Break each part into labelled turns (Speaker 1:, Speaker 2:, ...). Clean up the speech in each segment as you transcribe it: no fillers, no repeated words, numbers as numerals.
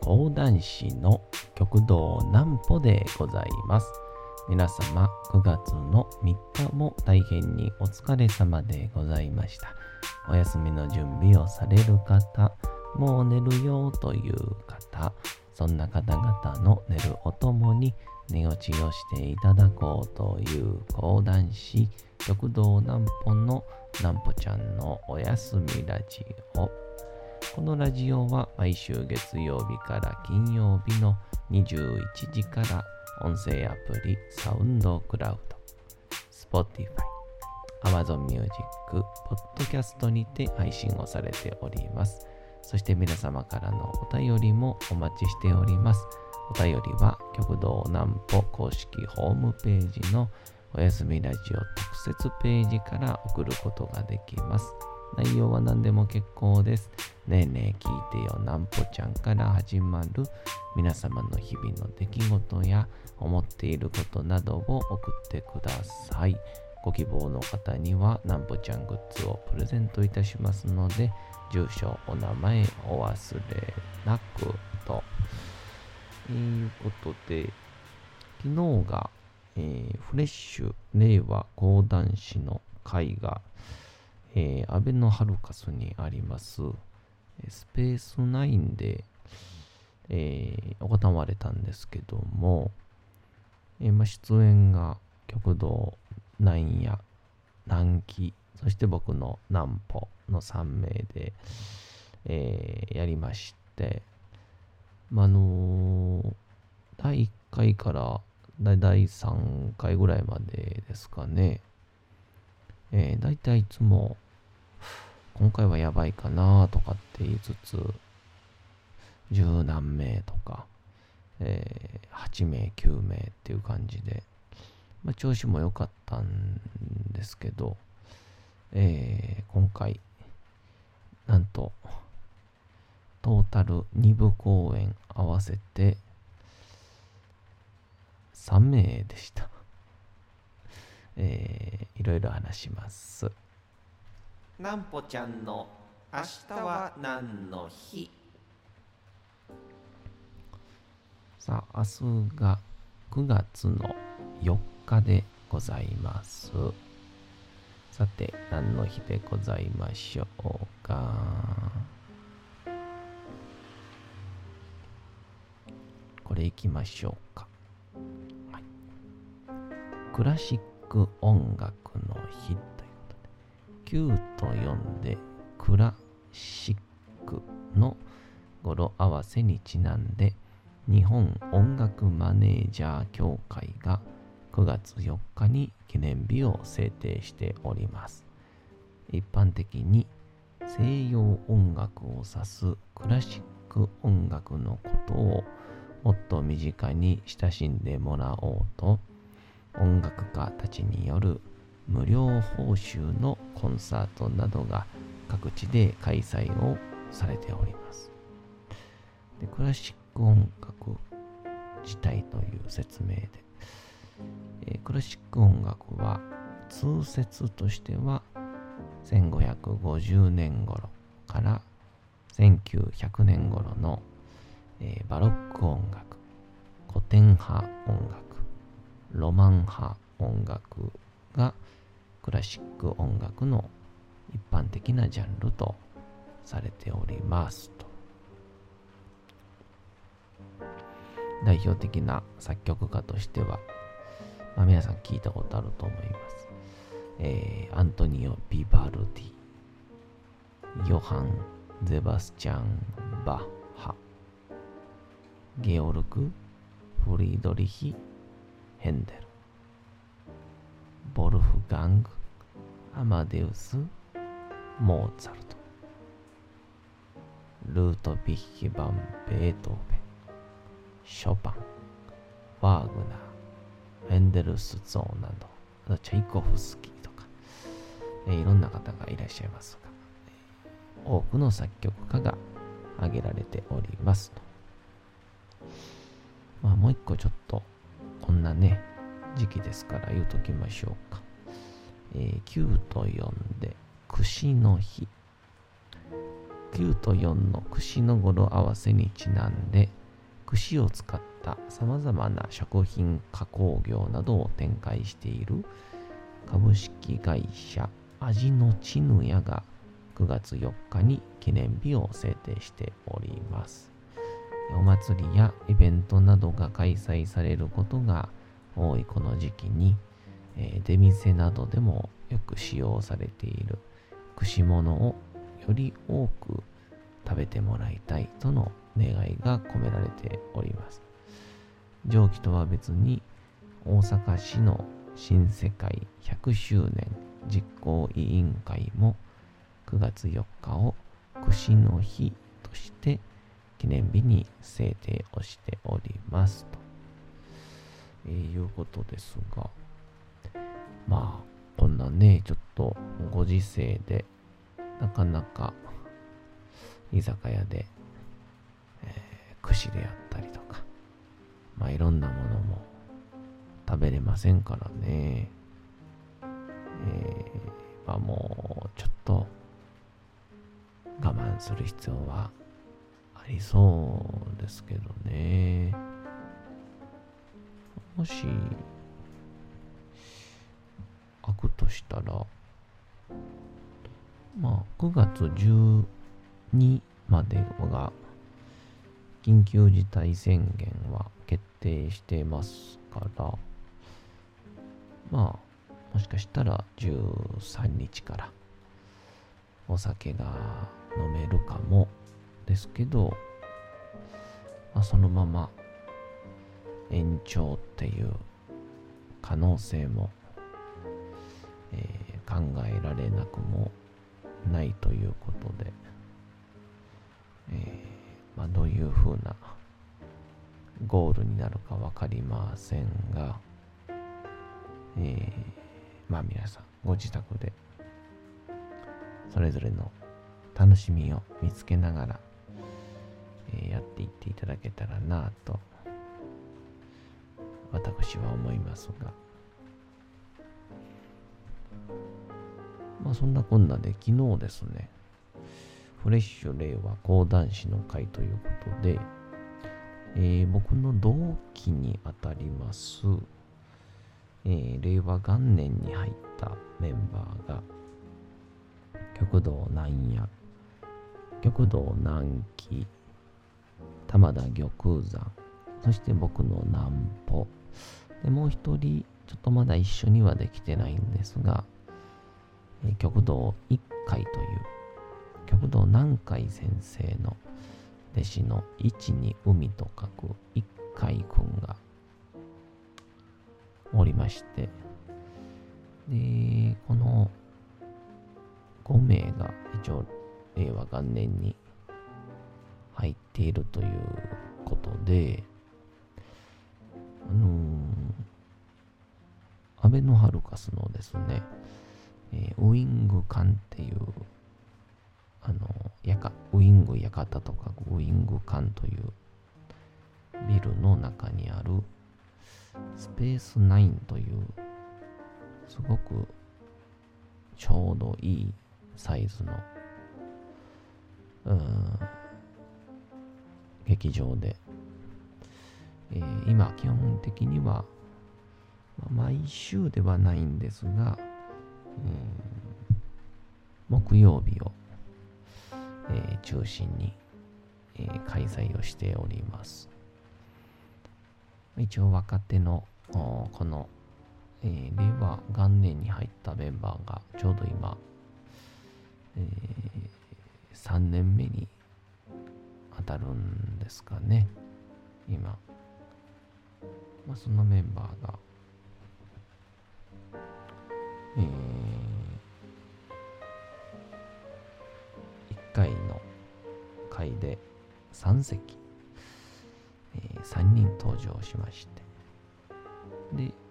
Speaker 1: 講談師の極道南歩でございます。皆様9月の3日も大変にお疲れ様でございました。お休みの準備をされる方、もう寝るよという方、そんな方々の寝るおともに寝落ちをしていただこうという講談師極道南歩の南歩ちゃんのおやすみラジオ。このラジオは毎週月曜日から金曜日の21時から音声アプリサウンドクラウド、Spotify、Amazon Music、Podcast にて配信をされております。そして皆様からのお便りもお待ちしております。お便りは極道南歩公式ホームページのおやすみラジオ特設ページから送ることができます。内容は何でも結構です。ねえねえ聞いてよ南歩ちゃんから始まる皆様の日々の出来事や思っていることなどを送ってください。ご希望の方には南歩ちゃんグッズをプレゼントいたしますので、住所、お名前お忘れなくということで、昨日が、フレッシュ令和講談師の会がアベノハルカスにありますスペース9で、行われたんですけども、出演が極道南や南紀、そして僕の南歩の3名で、やりまして、第1回から第3回ぐらいまでですかね。だいたいいつも今回はやばいかなとかって言いつつ、十何名とか、8名、9名っていう感じで、調子も良かったんですけど、今回、なんと、トータル2部公演合わせて3名でした。いろいろ話します。
Speaker 2: 南歩ちゃんの明日は何の日。
Speaker 1: さあ、明日が9月の4日でございます。さて、何の日でございましょうか。これいきましょうか。はい、クラシック音楽の日ということで、9と4でクラシックの語呂合わせにちなんで、日本音楽マネージャー協会が9月4日に記念日を制定しております。一般的に西洋音楽を指すクラシック音楽のことをもっと身近に親しんでもらおうと、音楽家たちによる無料報酬のコンサートなどが各地で開催をされております。で、クラシック音楽自体という説明で、クラシック音楽は通説としては1550年頃から1900年頃のバロック音楽、古典派音楽、ロマン派音楽がクラシック音楽の一般的なジャンルとされておりますと。代表的な作曲家としては、皆さん聞いたことあると思います。アントニオ・ビバルディ、ヨハン・ゼバスチャン・バッハ、ゲオルク・フリードリヒ・ヘンデル、ボルフガング・アマデウス・モーツァルト、ルートヴィヒ・バン・ベートーベン、ショパン、ワーグナー、フェンデルスゾーンなど、あとチャイコフスキーとか、いろんな方がいらっしゃいますが、多くの作曲家が挙げられておりますと。もう一個ちょっとこんなね時期ですから言うときましょうか。9と4で串の日。 9と4の櫛の語呂合わせにちなんで、櫛を使ったさまざまな食品加工業などを展開している株式会社味のちぬやが9月4日に記念日を制定しております。お祭りやイベントなどが開催されることが多いこの時期に、出店などでもよく使用されている串物をより多く食べてもらいたいとの願いが込められております。上記とは別に大阪市の新世界100周年実行委員会も9月4日を串の日として記念日に制定をしておりますと、いうことですが、まあこんなねちょっとご時世でなかなか居酒屋で、串であったりとか、まあいろんなものも食べれませんからね、まあもうちょっと我慢する必要はありそうですけどね。もし開くとしたら、まあ9月12までが緊急事態宣言は決定してますから、まあもしかしたら13日からお酒が飲めるかもですけど、まあ、そのまま延長っていう可能性も、考えられなくもないということで、まあ、どういうふうなゴールになるか分かりませんが、まあ皆さんご自宅でそれぞれの楽しみを見つけながら、やっていっていただけたらなと私は思いますが、まあそんなこんなで昨日ですね、フレッシュ令和講談師の会ということで、僕の同期にあたります、令和元年に入ったメンバーが極道南野、極道南紀、玉田玉山、そして僕の南歩で、もう一人ちょっとまだ一緒にはできてないんですが、極道一海という極道南海先生の弟子の一に海と書く一海くんがおりまして、でこの5名が一応令和元年に入っているということで、アベノハルカスのですね、ウイング館っていうウイング館とかウイング館というビルの中にあるスペース9というすごくちょうどいいサイズの劇場で、今基本的には毎週ではないんですが、木曜日を、中心に、開催をしております。一応若手のこの、令和元年に入ったメンバーがちょうど今、3年目に当たるんですかね今、そのメンバーが、1回の回で3席、3人登場しまして、で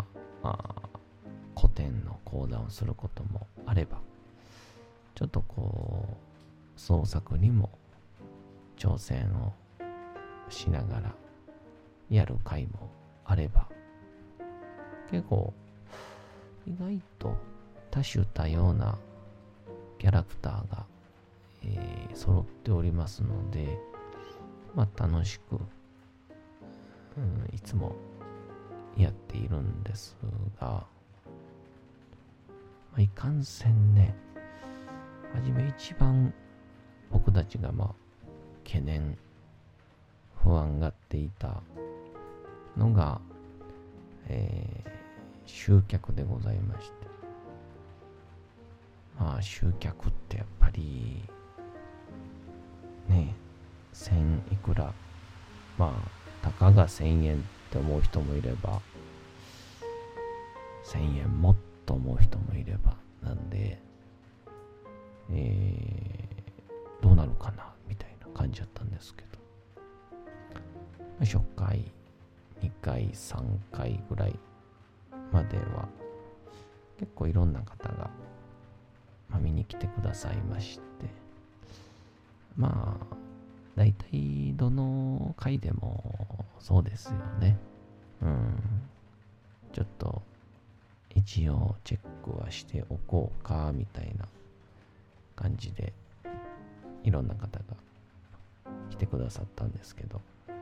Speaker 1: 古典の講談をすることもあれば、ちょっとこう創作にも挑戦をしながらやる回もあれば、結構意外と多種多様なキャラクターが、 揃っておりますので、楽しく、いつもやっているんですが、いかんせんね、はじめ一番僕たちが懸念、不安がっていたのが、集客でございまして、集客ってやっぱりね、1000いくら、たかが1000円って思う人もいれば、1000円もっと思う人もいればなんで、どうなるかなみたいな感じだったんですけど、初回、2回、3回ぐらいまでは結構いろんな方が、見に来てくださいまして、だいたいどの回でもそうですよね。ちょっと一応チェックはしておこうかみたいな感じでいろんな方が来てくださったんですけど、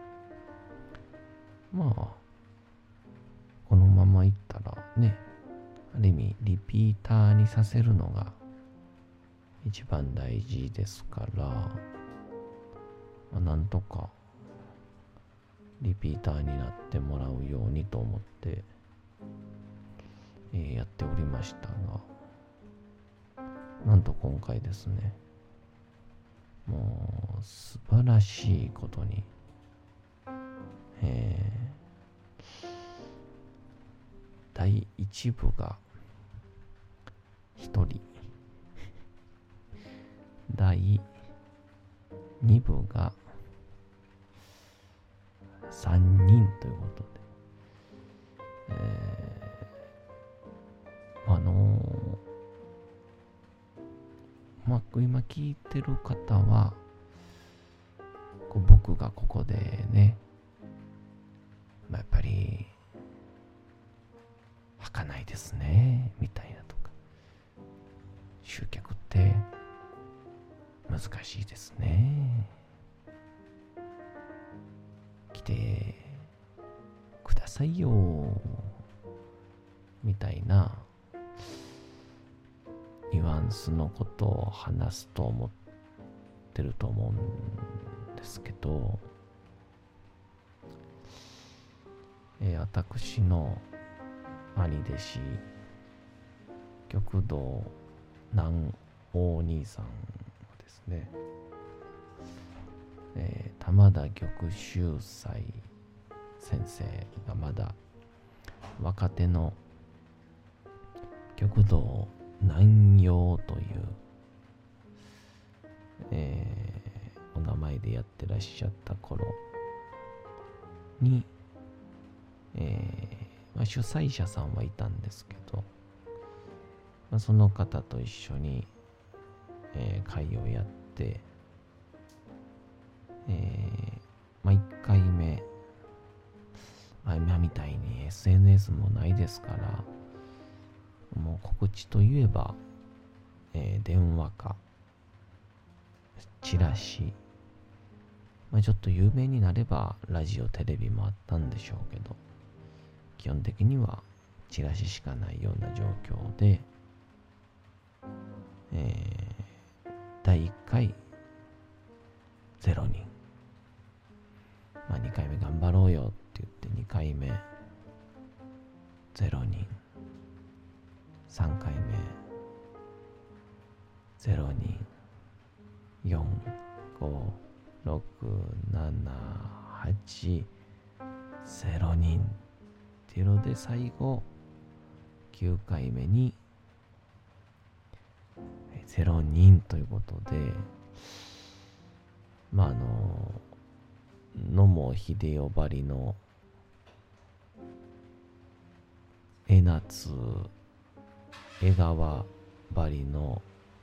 Speaker 1: このままいったらね、ある意味リピーターにさせるのが一番大事ですから、なんとかリピーターになってもらうようにと思って、やっておりましたが、なんと今回ですね、もう素晴らしいことに、第1部が1人、第2部が3人ということで、今聞いてる方は、僕がここでね、やっぱり儚いですねみたいなとか、集客って難しいですね、来てくださいよみたいなニュアンスのことを話すと思ってると思うんですけど、私の兄弟子極道南大兄さんはですね、玉田玉秀斎先生がまだ若手の極道南陽という、お名前でやってらっしゃった頃に、主催者さんはいたんですけど、その方と一緒に、会をやって、1回目、今みたいに SNS もないですから、もう告知といえば、電話かチラシ、ちょっと有名になればラジオテレビもあったんでしょうけど、基本的にはチラシしかないような状況で、第1回0人、2回目頑張ろうよって言って2回目0人、3回目0人、4、5、6、7、8、0人っていうので、最後9回目に0人ということで、野茂英世ばりの江夏江川ばりの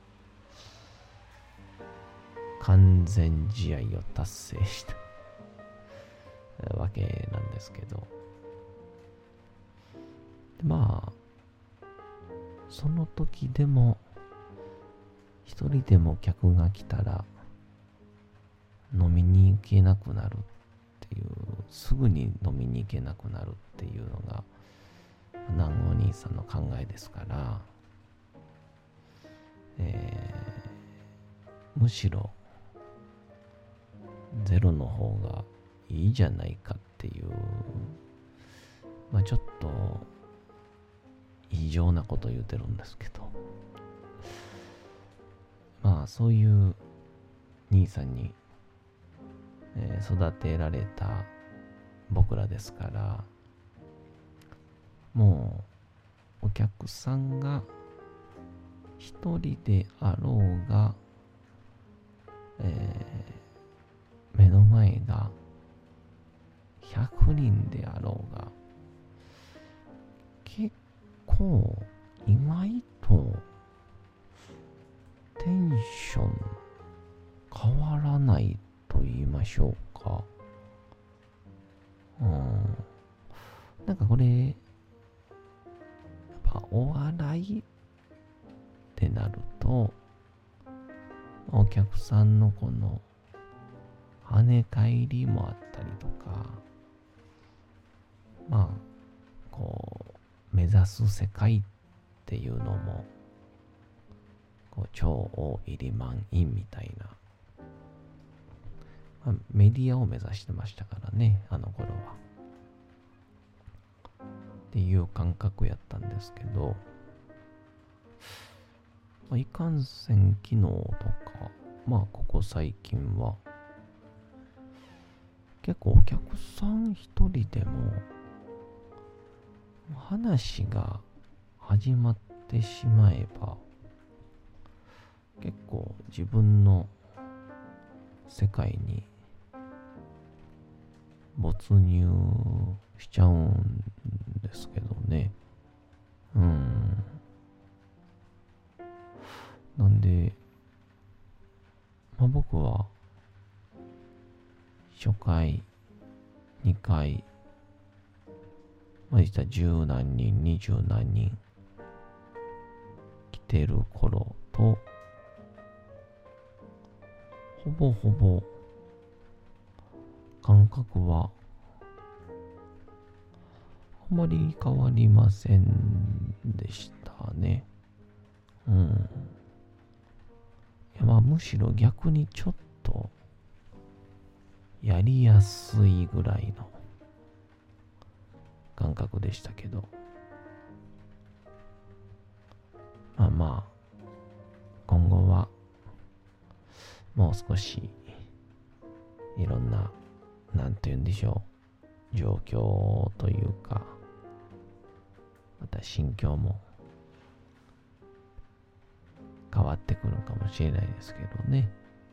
Speaker 1: 完全試合を達成したわけなんですけど、その時でも一一人でも客が来たら飲みに行けなくなるっていう、すぐに飲みに行けなくなるっていうのが南郷兄さんの考えですから、むしろゼロの方がいいじゃないかっていう、ちょっと異常なこと言うてるんですけど、そういう兄さんに、育てられた僕らですから、もうお客さんが一人であろうが、目の前が100人であろうが、結構意外とテンション変わらないと言いましょうか。なんかこれ、やっぱお笑いってなると、お客さんのこの跳ね返りもあったりとか、こう目指す世界っていうのもこう超大入り満員みたいな、メディアを目指してましたからね、あの頃はっていう感覚やったんですけど、いかんせん昨日とかここ最近は結構お客さん一人でも話が始まってしまえば結構自分の世界に没入しちゃうんですけどね。なんで、僕は初回、2回、実は十何人、20何人来てる頃と、ほぼほぼ感覚はあまり変わりませんでしたね。むしろ逆にちょっとやりやすいぐらいの感覚でしたけど、今後はもう少しいろんな、なんて言うんでしょう、状況というか、また心境も変わってくるかもしれないですけどね。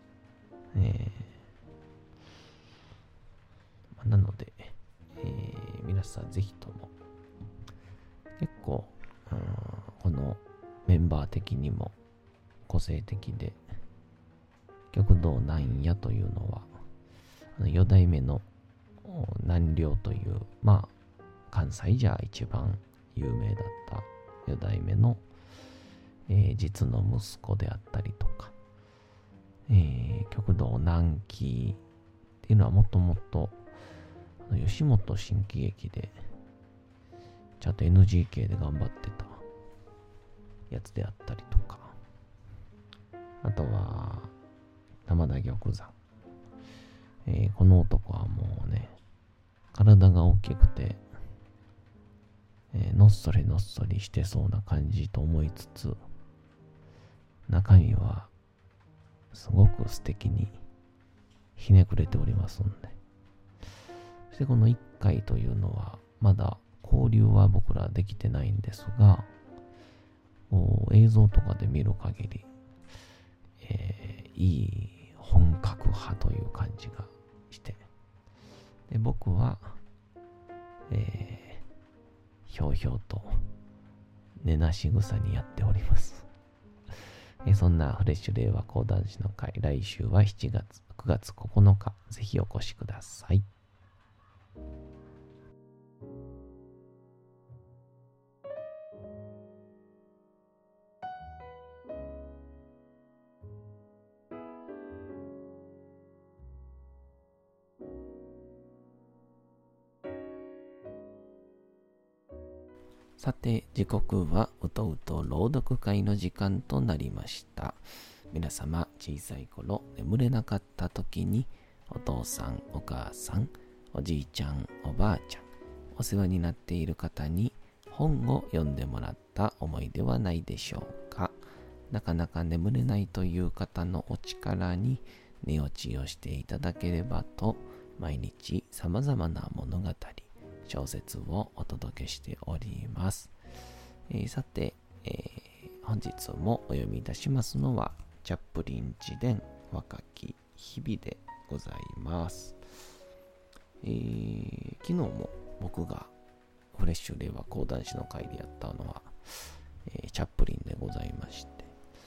Speaker 1: なので、皆さんぜひとも結構、このメンバー的にも個性的で極道なんやというのは四代目の南陵という、関西じゃ一番有名だった四代目の、実の息子であったりとか、極道南紀っていうのはもともと吉本新喜劇でちゃんと NGK で頑張ってたやつであったりとか、あとは玉田玉山、この男はもうね、体が大きくて、のっそりのっそりしてそうな感じと思いつつ、中身はすごく素敵にひねくれておりますんで。そしてこの1回というのはまだ交流は僕らできてないんですが、映像とかで見る限り、いい本格派という感じがして、で僕は、ひょうひょうと根なし草にやっております。そんなフレッシュ令和講談師の会、来週は9月9日、ぜひお越しください。 さて、時刻はうとうと朗読会の時間となりました。皆様、小さい頃眠れなかった時に、お父さん、お母さん、おじいちゃん、おばあちゃん、お世話になっている方に本を読んでもらった思いではないでしょうか。なかなか眠れないという方のお力に寝落ちをしていただければと、毎日様々な物語、小説をお届けしております。さて、本日もお読みいたしますのはチャップリン自伝若き日々でございます。昨日も僕がフレッシュ令和講談師の会でやったのは、チャップリンでございまして、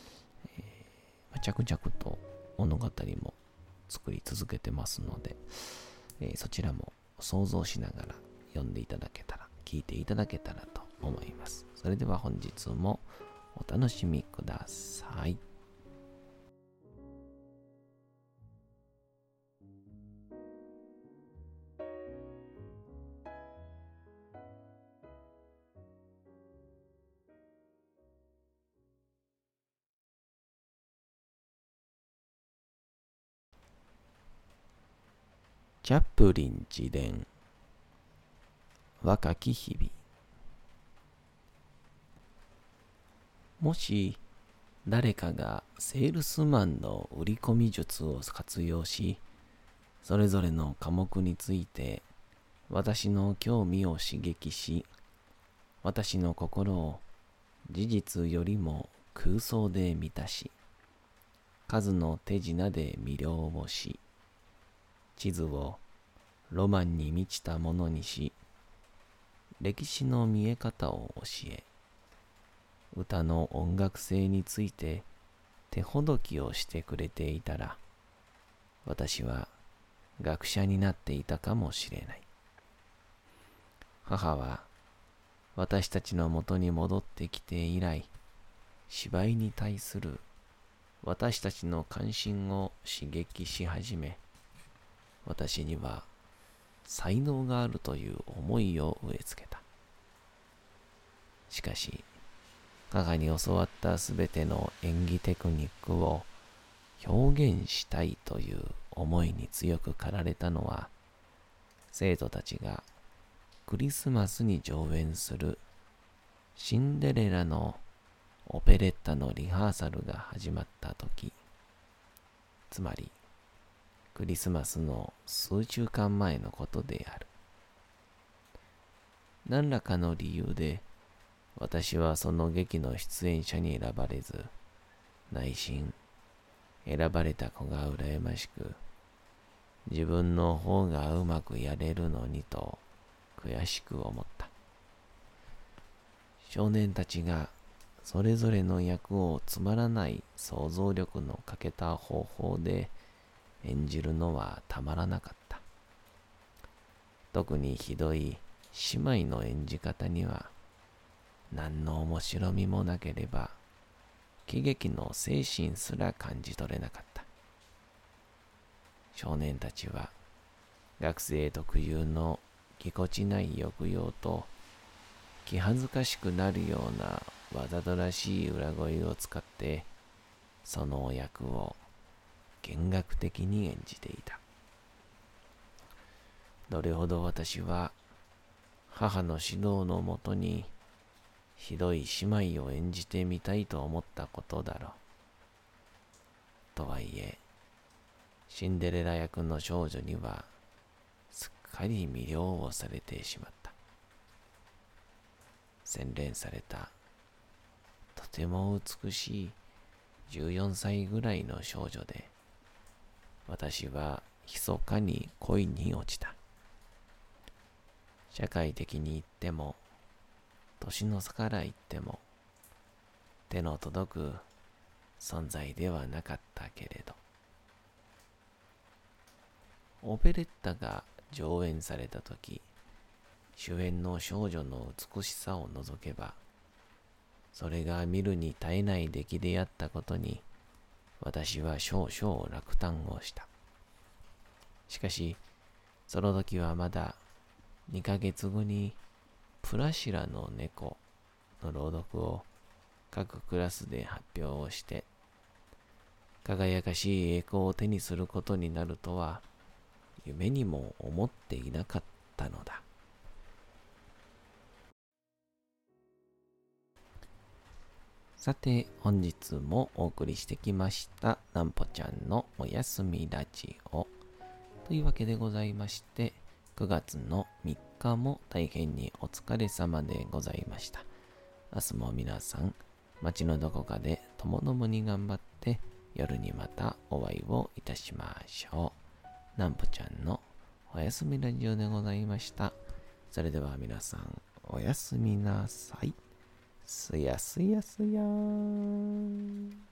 Speaker 1: 着々と物語も作り続けてますので、そちらも想像しながら読んでいただけたら、聞いていただけたらと思います。それでは本日もお楽しみください。チャップリン自伝若き日々。もし誰かがセールスマンの売り込み術を活用し、それぞれの科目について私の興味を刺激し、私の心を事実よりも空想で満たし、数の手品で魅了をし、地図をロマンに満ちたものにし、歴史の見え方を教え、歌の音楽性について手ほどきをしてくれていたら、私は学者になっていたかもしれない。母は私たちのもとに戻ってきて以来、芝居に対する私たちの関心を刺激し始め、私には才能があるという思いを植え付けた。しかし、母に教わったすべての演技テクニックを表現したいという思いに強く駆られたのは、生徒たちがクリスマスに上演するシンデレラのオペレッタのリハーサルが始まった時、つまりクリスマスの数週間前のことである。何らかの理由で私はその劇の出演者に選ばれず、内心選ばれた子が羨ましく、自分の方がうまくやれるのにと悔しく思った。少年たちがそれぞれの役をつまらない想像力の欠けた方法で演じるのはたまらなかった。特にひどい姉妹の演じ方には何の面白みもなければ喜劇の精神すら感じ取れなかった。少年たちは学生特有のぎこちない抑揚と気恥ずかしくなるようなわざとらしい裏声を使ってその役を見学的に演じていた。どれほど私は母の指導のもとにひどい姉妹を演じてみたいと思ったことだろう。とはいえ、シンデレラ役の少女にはすっかり魅了をされてしまった。洗練された、とても美しい14歳ぐらいの少女で、私は密かに恋に落ちた。社会的に言っても、年の差から言っても、手の届く存在ではなかったけれど、オペレッタが上演されたとき、主演の少女の美しさを除けば、それが見るに耐えない出来であったことに、私は少々落胆をした。しかし、その時はまだ2ヶ月後にプラシラの猫の朗読を各クラスで発表をして、輝かしい栄光を手にすることになるとは、夢にも思っていなかったのだ。さて、本日もお送りしてきましたなんぽちゃんのおやすみラジオというわけでございまして、9月の3日も大変にお疲れ様でございました。明日も皆さん、街のどこかでともどもに頑張って、夜にまたお会いをいたしましょう。なんぽちゃんのおやすみラジオでございました。それでは皆さん、おやすみなさい。すやすやすやーん。